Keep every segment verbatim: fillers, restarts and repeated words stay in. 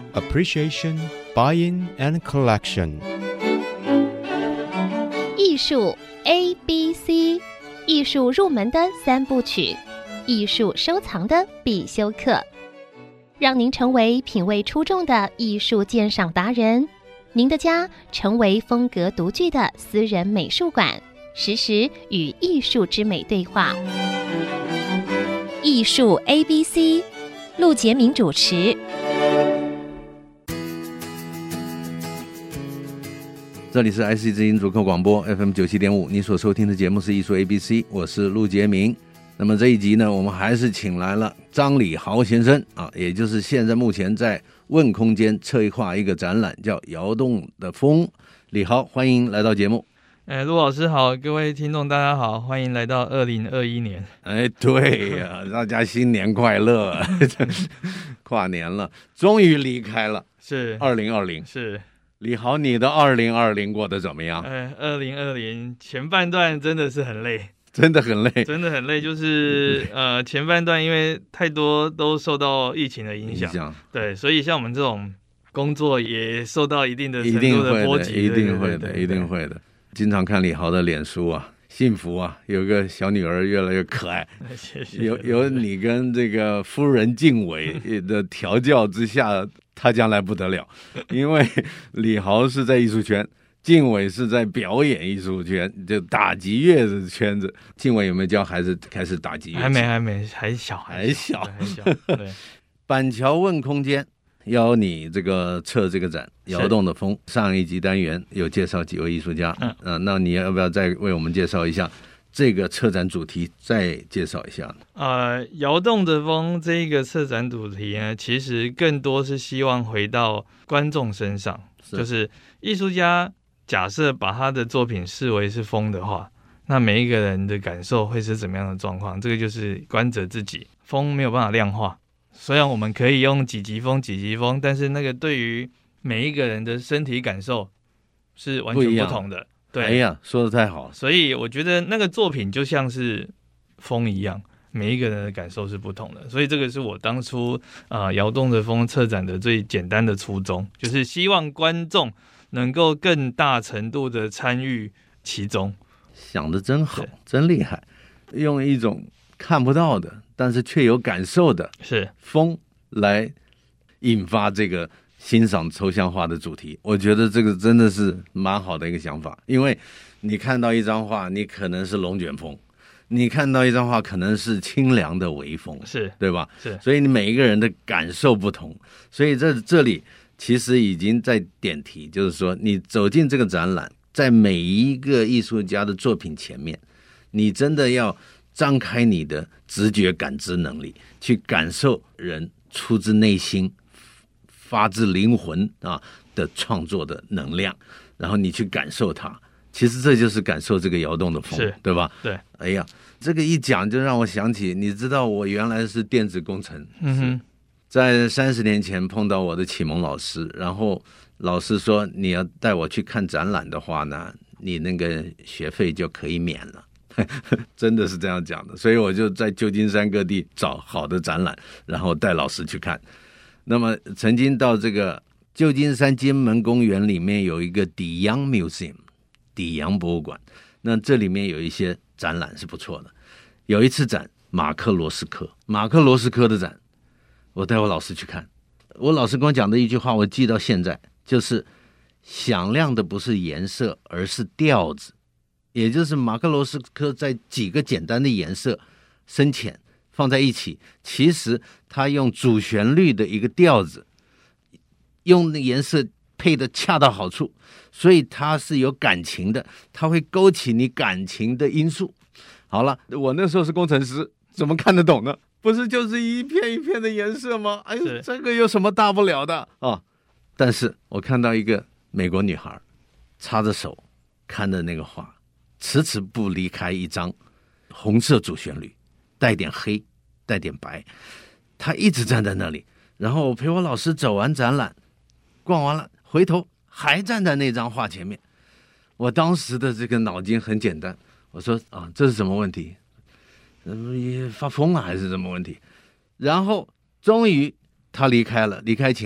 appreciation, buying, and collection. 艺术 A B C， 艺术入门的三部曲，艺术收藏的必修课，让您成为品味出众的艺术鉴赏达人，您的家成为风格独具的私人美术馆，时时与艺术之美对话。艺术 A B C， 陆杰明主持。 这里是 I C 之音主客广播 F M 九十七点五， 你所收听的节目是艺术 A B C， 我是陆杰明。那么这一集呢，我们还是请来了张礼豪先生啊，也就是现在目前在问空间策划一个展览叫摇动的风。礼豪，欢迎来到节目。 哎，陆老师好，各位听众大家好，欢迎来到二零二一年。 哎，对呀、啊，大家新年快乐！跨年了，终于离开了， 是二零二零。 是礼豪，你的二零二零过得怎么样？ 哎，二零二零前半段真的是很累， 真的很累， 真的很累，就是呃前半段因为太多都受到疫情的影响，影响对，所以像我们这种工作也受到一定的程度的波及， 一定会的，一定会的。经常看礼豪的脸书啊，幸福啊，有个小女儿越来越可爱。 谢谢。 有有你跟这个夫人静伟的调教之下，他将来不得了。因为礼豪是在艺术圈，静伟是在表演艺术圈，就打击乐的圈子。静伟有没有教孩子开始打击乐？ 还没，还没，还小， 还小， 还小。对， 板桥问空间。邀你这个策这个展摇动的风，上一集单元有介绍几位艺术家，嗯、呃，那你要不要再为我们介绍一下这个策展主题？再介绍一下呢？ 呃，摇动的风这一个策展主题呢，其实更多是希望回到观众身上，是就是艺术家假设把他的作品视为是风的话，那每一个人的感受会是怎么样的状况？这个就是观者自己，风没有办法量化。虽然我们可以用几级风几级风，但是那个对于每一个人的身体感受是完全不同的。对， 哎呀，说得太好了。 所以我觉得那个作品就像是风一样，每一个人的感受是不同的。所以这个是我当初呃摇动的风策展的最简单的初衷，就是希望观众能够更大程度的参与其中。 想得真好，真厉害，用一种看不到的但是却有感受的是风来引发这个欣赏抽象画的主题，我觉得这个真的是蛮好的一个想法。因为你看到一张画，你可能是龙卷风，你看到一张画可能是清凉的微风， 是对吧？ 是， 所以你每一个人的感受不同，所以这这里其实已经在点题，就是说你走进这个展览，在每一个艺术家的作品前面，你真的要张开你的直觉感知能力，去感受人出自内心、发自灵魂啊的创作的能量，然后你去感受它。其实这就是感受这个摇动的风，对吧？ 对。 哎呀，这个一讲就让我想起，你知道我原来是电子工程， 嗯哼， 在三十年前碰到我的启蒙老师，然后老师说你要带我去看展览的话呢，你那个学费就可以免了。真的是这样讲的，所以我就在旧金山各地找好的展览，然后带老师去看。那么曾经到这个旧金山金门公园里面有一个底洋 Museum 底洋博物馆，那这里面有一些展览是不错的。有一次展马克罗斯科马克罗斯科的展，我带我老师去看，我老师跟我讲的一句话我记到现在，就是响亮的不是颜色而是调子，也就是马克罗斯科在几个简单的颜色深浅放在一起，其实他用主旋律的一个调子，用颜色配的恰到好处，所以它是有感情的，它会勾起你感情的因素。好了，我那时候是工程师，怎么看得懂呢？不是就是一片一片的颜色吗？哎呦，这个有什么大不了的啊？但是我看到一个美国女孩插着手看的那个画，迟迟不离开一张红色主旋律，带点黑带点白，她一直站在那里。然后我陪我老师走完展览，逛完了，回头还站在那张画前面。我当时的这个脑筋很简单，我说啊，这是什么问题？嗯，发疯了还是什么问题？然后终于他离开了，离开前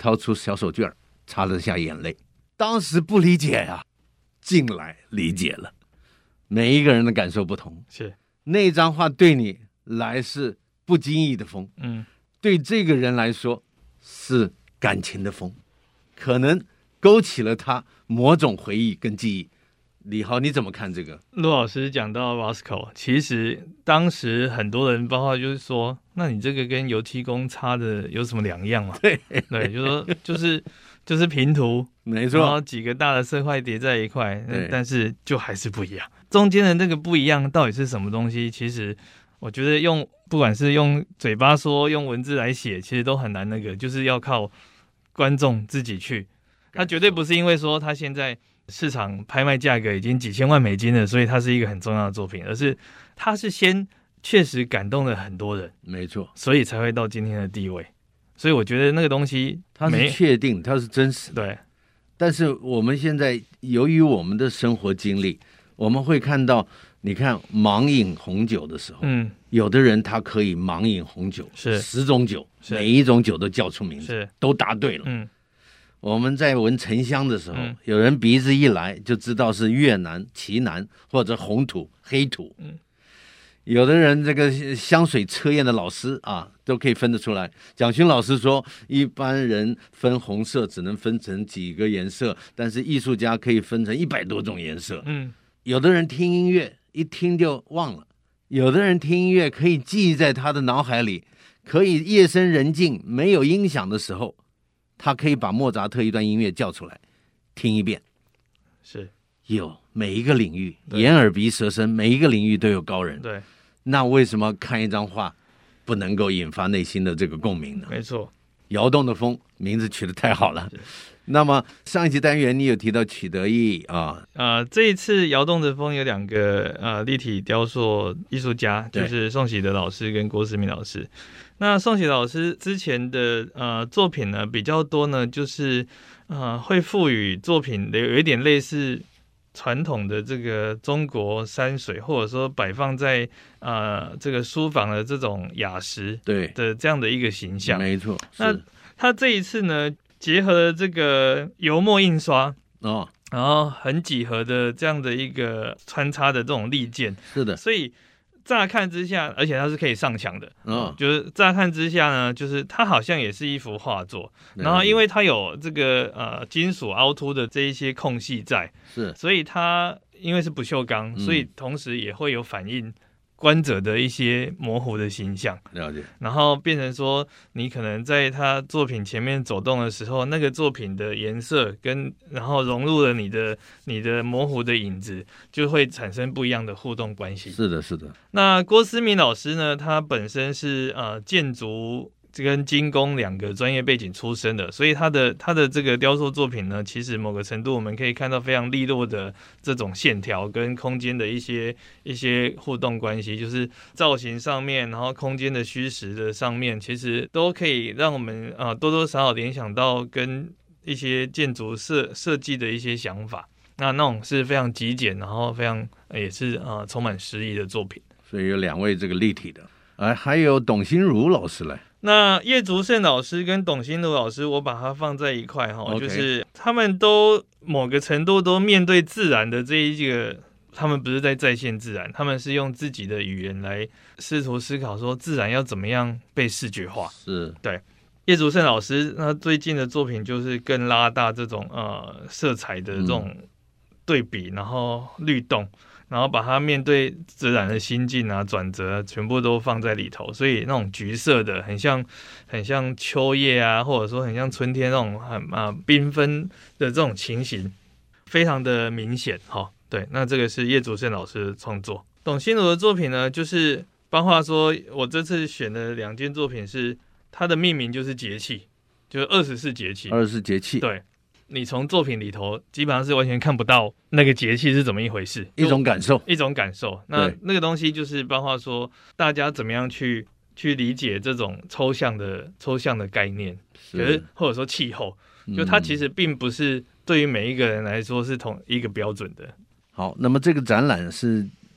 掏出小手绢擦了下眼泪。当时不理解啊，近来理解了。每一个人的感受不同， 是那张画对你来是不经意的风， 嗯， 对这个人来说是感情的风，可能勾起了他某种回忆跟记忆。李豪，你怎么看这个？ 陆老师讲到 Roscoe， 其实当时很多人包括就是说，那你这个跟油漆工擦的有什么两样嘛？ 对对，就说就是就是平涂， 没错， 然后几个大的色块叠在一块， 对但是就还是不一样。中间的那个不一样到底是什么东西？其实我觉得用不管是用嘴巴说，用文字来写，其实都很难那个，就是要靠观众自己去。他绝对不是因为说他现在市场拍卖价格已经几千万美金了，所以它是一个很重要的作品，而是它是先确实感动了很多人， 没错， 所以才会到今天的地位。所以我觉得那个东西它是确定，它是真实的。 对， 但是我们现在由于我们的生活经历，我们会看到，你看盲饮红酒的时候， 嗯， 有的人他可以盲饮红酒， 是十种酒，每一种酒都叫出名字， 是都答对了。 嗯。 我们在闻沉香的时候， 嗯、 有人鼻子一来就知道是越南、奇楠或者红土、黑土。 嗯， 有的人这个香水测验的老师啊，都可以分得出来。蒋勋老师说，一般人分红色只能分成几个颜色，但是艺术家可以分成一百多种颜色。 嗯， 有的人听音乐一听就忘了，有的人听音乐可以记在他的脑海里，可以夜深人静没有音响的时候。他可以把莫扎特一段音乐叫出来听一遍， 是有每一个领域，眼耳鼻舌身，每一个领域都有高人。 对， 那为什么看一张画不能够引发内心的这个共鸣呢？ 没错， 摇动的风名字取得太好了。那么上一期单元你有提到曲德义啊， 呃，这一次摇动的风有两个呃立体雕塑艺术家，就是宋喜德老师跟郭思明老师。那宋喜老师之前的呃作品呢比较多呢，就是呃会赋予作品的有一点类似传统的这个中国山水，或者说摆放在呃这个书房的这种雅石对的这样的一个形象。 没错。 那他这一次呢，结合了这个油墨印刷哦， 然后很几何的这样的一个穿插的这种利剑， 是的， 所以。乍看之下，而且它是可以上墙的， 哦， 就是乍看之下呢，就是它好像也是一幅画作，然后因为它有这个呃金属凹凸的这一些空隙在， 是， 所以它因为是不锈钢，嗯、所以同时也会有反映观者的一些模糊的形象， 了解， 然后变成说你可能在他作品前面走动的时候，那个作品的颜色跟然后融入了你的你的模糊的影子，就会产生不一样的互动关系。 是的，是的。 那郭思明老师呢，他本身是呃建筑跟金工两个专业背景出身的，所以他的他的这个雕塑作品呢，其实某个程度我们可以看到非常利落的这种线条跟空间的一些一些互动关系，就是造型上面，然后空间的虚实的上面，其实都可以让我们呃多多少少联想到跟一些建筑设设计的一些想法。那那种是非常极简，然后非常也是呃充满诗意的作品。 所以有两位这个立体的，哎，还有董心如老师来。 那叶竹胜老师跟董心如老师，我把它放在一块哈， Okay. 就是他们都某个程度都面对自然的这一个，他们不是在再现自然，他们是用自己的语言来试图思考说自然要怎么样被视觉化。 是， 对。叶竹胜老师他最近的作品就是更拉大这种呃色彩的这种对比，嗯、然后律动。然后把它面对自然的心境啊、转折啊，全部都放在里头，所以那种橘色的，很像很像秋叶啊，或者说很像春天那种很啊缤纷的这种情形，非常的明显哈、哦。对，那这个是叶竹胜老师的创作。董心如的作品呢，就是包括说我这次选的两件作品是它的命名就是节气，就是二十四节气。 二十四节气， 对。你从作品里头基本上是完全看不到那个节气是怎么一回事， 一种感受， 一种感受。那那个东西就是包括说大家怎么样去去理解这种抽象的抽象的概念，可是或者说气候，就它其实并不是对于每一个人来说是同一个标准的。 好，那么这个展览是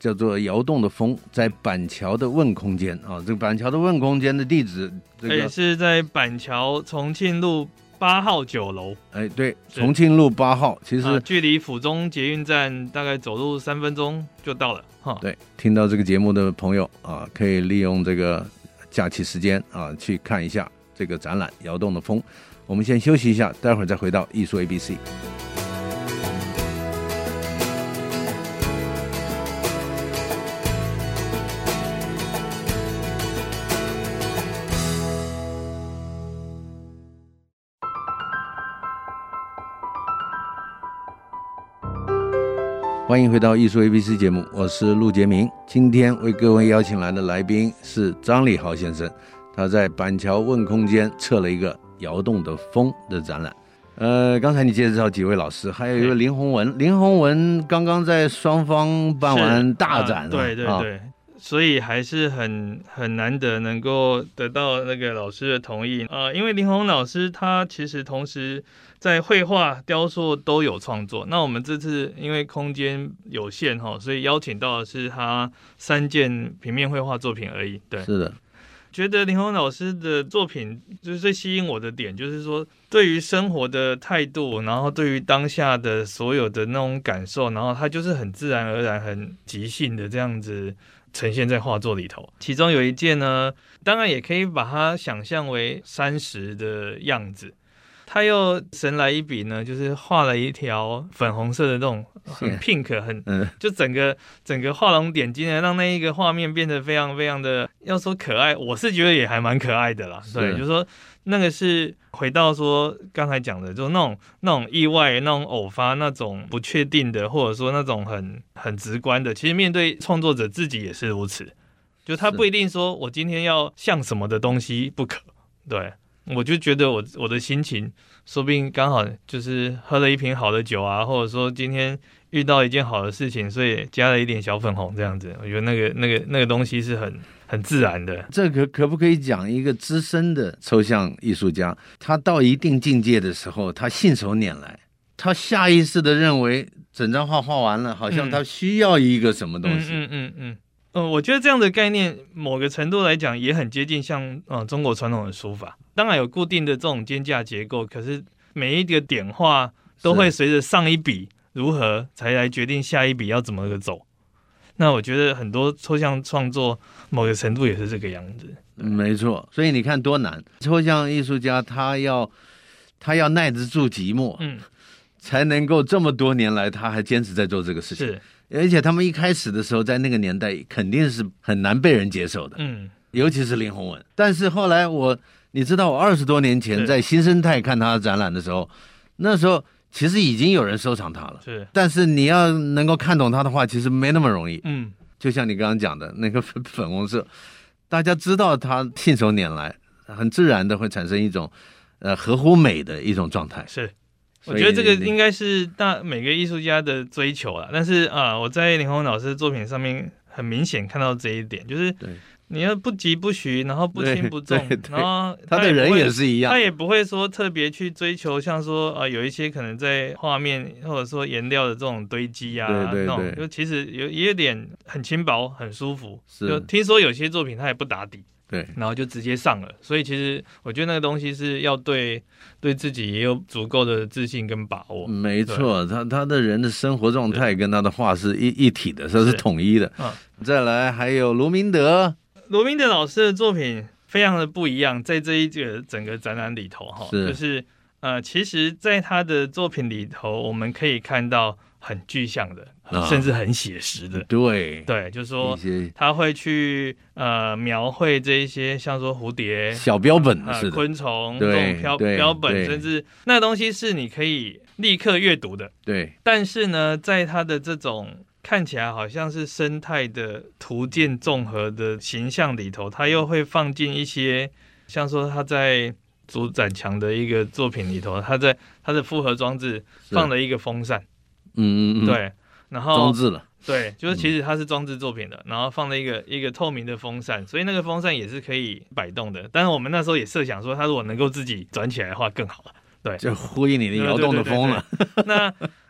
叫做摇动的风，在板桥的问空间啊。这个板桥的问空间的地址，这个也是在板桥重庆路八号九楼。 哎，对，重庆路八号，其实、 啊、距离府中捷运站大概走路三分钟就到了。哈， 对，听到这个节目的朋友啊，可以利用这个假期时间啊，去看一下这个展览《摇动的风》。我们先休息一下，待会儿再回到艺术 A B C。欢迎回到艺术 A B C 节目，我是陆杰明。今天为各位邀请来的来宾是张礼豪先生，他在板桥问空间测了一个摇动的风的展览。呃，刚才你介绍几位老师，还有一位林宏文，林宏文刚刚在双方办完大展、啊啊、对对对、啊，所以还是很很难得能够得到那个老师的同意。呃，因为林宏老师他其实同时在绘画、雕塑都有创作。那我们这次因为空间有限哈，所以邀请到的是他三件平面绘画作品而已。对， 是的。 觉得林宏老师的作品就是最吸引我的点，就是说对于生活的态度，然后对于当下的所有的那种感受，然后他就是很自然而然、很即兴的这样子呈现在画作里头。其中有一件呢，当然也可以把它想象为山石的样子。他又神来一笔呢，就是画了一条粉红色的那种很 pink 很、嗯、就整个整个画龙点睛的，让那一个画面变得非常非常的，要说可爱，我是觉得也还蛮可爱的啦。对，就是说那个是回到说刚才讲的，就那种那种意外、那种偶发、那种不确定的，或者说那种很很直观的，其实面对创作者自己也是如此，就他不一定说我今天要像什么的东西不可，对。我就觉得我我的心情，说不定刚好就是喝了一瓶好的酒啊，或者说今天遇到一件好的事情，所以加了一点小粉红这样子。我觉得那个那个那个东西是很很自然的。 这个可不可以讲一个资深的抽象艺术家，他到一定境界的时候，他信手拈来，他下意识的认为整张画画完了，好像他需要一个什么东西。 嗯嗯嗯嗯。呃，我觉得这样的概念，某个程度来讲，也很接近像呃中国传统的书法。当然有固定的这种间架结构，可是每一个点画都会随着上一笔如何，才来决定下一笔要怎么个走。那我觉得很多抽象创作，某个程度也是这个样子。 没错，所以你看多难，抽象艺术家他要他要耐得住寂寞，嗯，才能够这么多年来他还坚持在做这个事情。是。而且他们一开始的时候，在那个年代肯定是很难被人接受的，嗯，尤其是林宏文。但是后来我，你知道，我二十多年前在新生态看他的展览的时候，那时候其实已经有人收藏他了，是。但是你要能够看懂他的话，其实没那么容易，嗯。就像你刚刚讲的那个粉粉红色，大家知道他信手拈来，很自然的会产生一种呃合乎美的一种状态，是。 我觉得这个应该是大每个艺术家的追求啦，但是啊，我在林宏老师的作品上面很明显看到这一点，就是你要不疾不徐，然后不轻不重，然后他的人也是一样， 他也不会说特别去追求，像说啊有一些可能在画面或者说颜料的这种堆积啊，对对对，那种就其实有也有点很轻薄，很舒服。就听说有些作品他也不打底。对，然后就直接上了，所以其实我觉得那个东西是要对对自己也有足够的自信跟把握。 没错，他他的人的生活状态跟他的画是一一体的，这是统一的。嗯，再来还有卢明德， 卢明德老师的作品非常的不一样，在这一个整个展览里头哈，就是呃，其实在他的作品里头，我们可以看到很具象的。甚至很写实的， 对对，就是说他会去呃描绘这一些，像说蝴蝶、 小标本似的、 呃、昆虫这种标标本，甚至那东西是你可以立刻阅读的。对，但是呢，在他的这种看起来好像是生态的图鉴综合的形象里头，他又会放进一些，像说他在主展墙的一个作品里头，他在他的复合装置放了一个风扇，嗯嗯嗯，对。然后装置了， 对，就是其实它是装置作品的，嗯、然后放了一个一个透明的风扇，所以那个风扇也是可以摆动的。但是我们那时候也设想说，它如果能够自己转起来的话更好了，对， 就呼应你的摇动的风了。 对对对对对那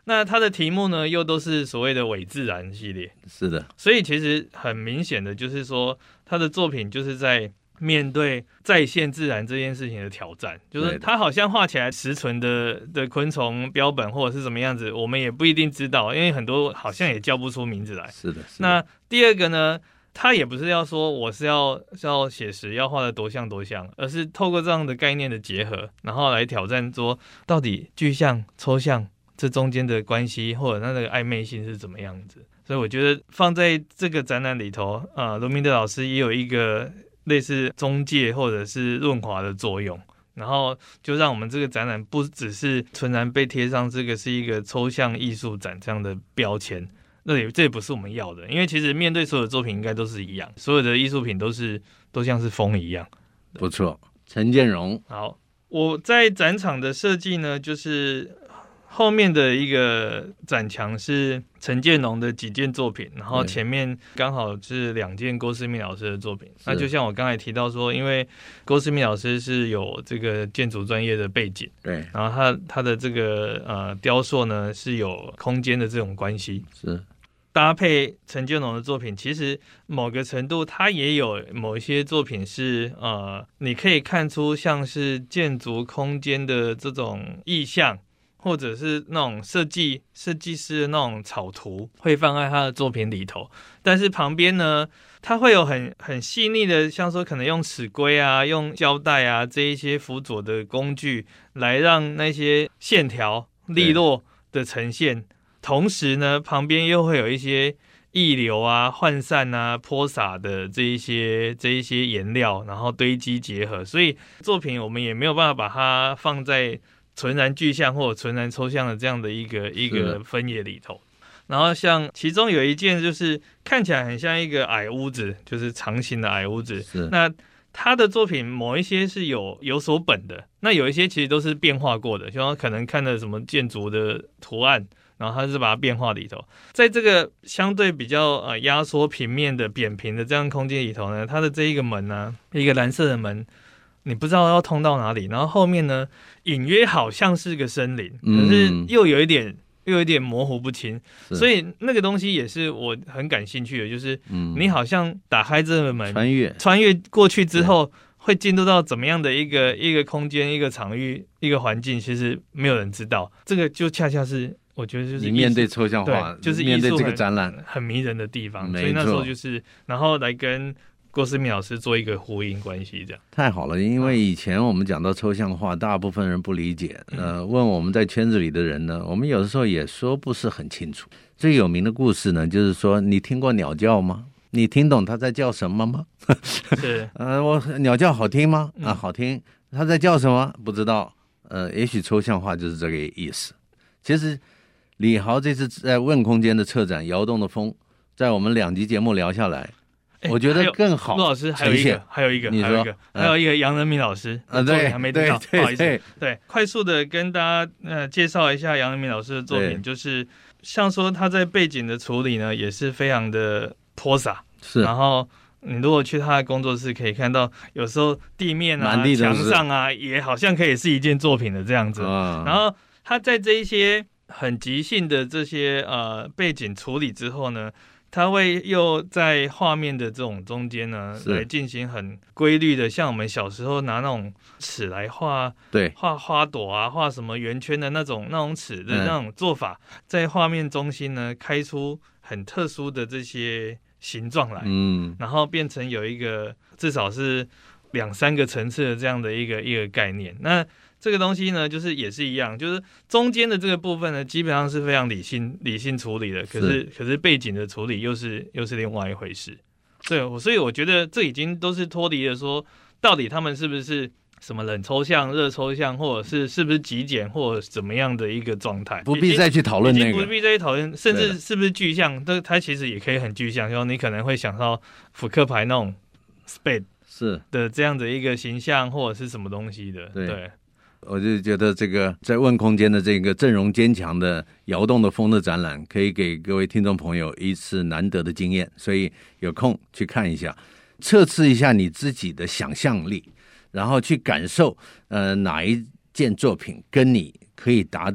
那它的题目呢，又都是所谓的伪自然系列。 是的， 所以其实很明显的就是说，他的作品就是在面对再现自然这件事情的挑战，就是他好像画起来实存的的昆虫标本或者是什么样子，我们也不一定知道，因为很多好像也叫不出名字来。 是的，是的。 那第二个呢，他也不是要说我是要是要写实，要画的多像多像，而是透过这样的概念的结合，然后来挑战说，到底具象、抽象这中间的关系或者它的暧昧性是怎么样子。所以我觉得放在这个展览里头，啊，罗明德老师也有一个类似中介或者是润滑的作用，然后就让我们这个展览不只是纯然被贴上这个是一个抽象艺术展这样的标签，那也这也不是我们要的，因为其实面对所有的作品应该都是一样，所有的艺术品都是都像是风一样。 不错，陈建荣。 好，我在展场的设计呢，就是后面的一个展墙是陈建荣的几件作品，然后前面刚好是两件郭思密老师的作品。那就像我刚才提到说，因为郭思密老师是有这个建筑专业的背景， 对， 然后他他的这个呃雕塑呢是有空间的这种关系， 是搭配陈建荣的作品，其实某个程度他也有某一些作品是呃，你可以看出像是建筑空间的这种意象。或者是那种设计设计师的那种草图会放在他的作品里头，但是旁边呢，他会有很很细腻的，像说可能用尺规啊、用胶带啊这一些辅佐的工具，来让那些线条利落的呈现。同时呢，旁边又会有一些溢流啊、涣散啊、泼洒的这一些这一些颜料，然后堆积结合，所以作品我们也没有办法把它放在纯然具象或者纯然抽象的这样的一个一个分野里头。然后像其中有一件就是看起来很像一个矮屋子，就是长形的矮屋子。那他的作品某一些是有有所本的，那有一些其实都是变化过的，像可能看了什么建筑的图案，然后他是把它变化里头。在这个相对比较呃压缩平面的扁平的这样空间里头呢，它的这一个门呢、啊，一个蓝色的门。你不知道要通到哪里，然后后面呢，隐约好像是个森林，可是又有一点又有一点模糊不清，所以那个东西也是我很感兴趣的，就是你好像打开这个门， 穿越穿越过去之后，会进入到怎么样的一个一个空间、一个场域、一个环境，其实没有人知道。这个就恰恰是我觉得就是你面对抽象化， 就是面对这个展览很迷人的地方，所以那时候就是然后来跟郭思密老师做一个呼应关系，这样太好了。因为以前我们讲到抽象画，大部分人不理解，呃，问我们在圈子里的人呢，我们有的时候也说不是很清楚。最有名的故事呢，就是说你听过鸟叫吗？你听懂它在叫什么吗？ 是， 呃，我鸟叫好听吗？啊，好听。它在叫什么？不知道。呃，也许抽象画就是这个意思。其实李豪这次在问空间的策展《摇动的风》，在我们两集节目聊下来。我觉得更好。 陆老师还有一个，还有一个， 你说还有一个，还有一个杨仁敏老师啊，对， 还没介绍，不好意思。 对， 对，快速的跟大家呃介绍一下杨仁敏老师的作品，就是像说他在背景的处理呢，也是非常的泼洒。 是， 然后你如果去他的工作室，可以看到有时候地面啊、墙上啊，也好像可以是一件作品的这样子。 啊、 然后他在这一些很即兴的这些呃背景处理之后呢，他会又在画面的这种中间呢，来进行很规律的，像我们小时候拿那种尺来画， 对， 画花朵啊，画什么圆圈的那种那种尺的那种做法，嗯、在画面中心呢，开出很特殊的这些形状来， 嗯， 然后变成有一个至少是两三个层次的这样的一个一个概念。那这个东西呢，就是也是一样，就是中间的这个部分呢，基本上是非常理性理性处理的，可是, 是可是背景的处理又是又是另外一回事。对，所以我觉得这已经都是脱离了说，到底他们是不是什么冷抽象、热抽象，或者是是不是极简，或者怎么样的一个状态， 不必再去讨论那个， 不必再去讨论，甚至是不是具象，这它其实也可以很具象，就你可能会想到扑克牌那种 spade 是的这样的一个形象，或者是什么东西的，对。对， 我就觉得这个在问空间的这个阵容坚强的摇动的风的展览，可以给各位听众朋友一次难得的经验，所以有空去看一下，测试一下你自己的想象力，然后去感受呃哪一件作品跟你可以达到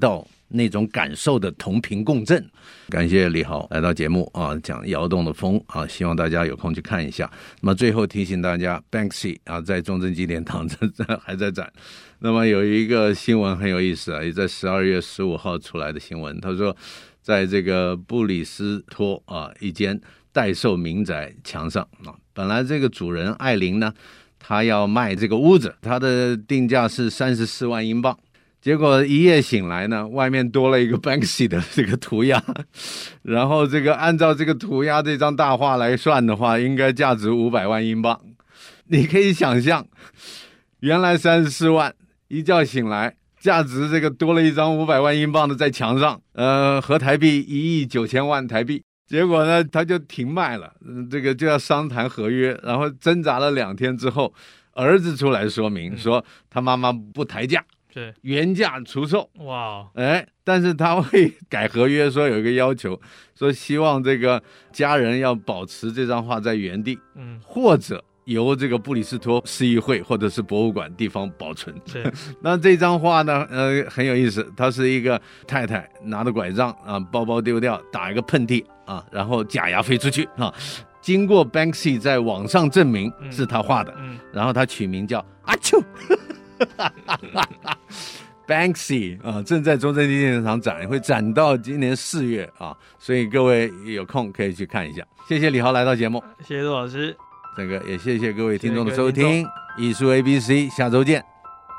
那种感受的同频共振。感谢李豪来到节目啊，讲摇动的风啊，希望大家有空去看一下。那么最后提醒大家 Banksy 啊，在中正纪念堂还在展。那么有一个新闻很有意思啊，也在十二月十五号出来的新闻，他说在这个布里斯托啊一间待售民宅墙上啊，本来这个主人艾琳呢，他要卖这个屋子，他的定价是三十四万英镑。结果一夜醒来呢，外面多了一个 Banksy 的这个涂鸦，然后这个按照这个涂鸦这张大画来算的话，应该价值五百万英镑。你可以想象，原来三十四万，一觉醒来，价值这个多了一张五百万英镑的在墙上，呃，合台币一亿九千万台币。结果呢，他就停卖了，这个就要商谈合约，然后挣扎了两天之后，儿子出来说明、嗯、说他妈妈不抬价。是原价出售，哇！哎，但是他会改合约，说有一个要求，说希望这个家人要保持这张画在原地，嗯，或者由这个布里斯托市议会或者是博物馆地方保存。是，那这张画呢，呃，很有意思，它是一个太太拿着拐杖啊，包包丢掉，打一个喷嚏啊，然后假牙飞出去啊。经过 Banksy 在网上证明是他画的，嗯嗯、然后他取名叫阿丘。Banksy 啊，正在中正纪念堂展，会展到今年四月啊，所以各位有空可以去看一下。谢谢李豪来到节目， 谢谢陆老师， 这个也谢谢各位听众的收听，艺术 A B C， 下周见。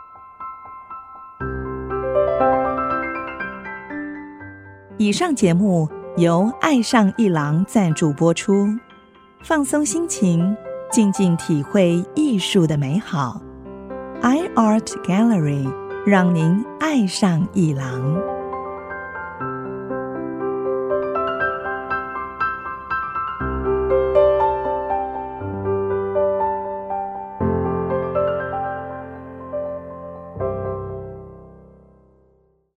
以上节目由爱上一郎赞助播出，放松心情，静静体会艺术的美好。iArt Gallery 让您爱上一郎。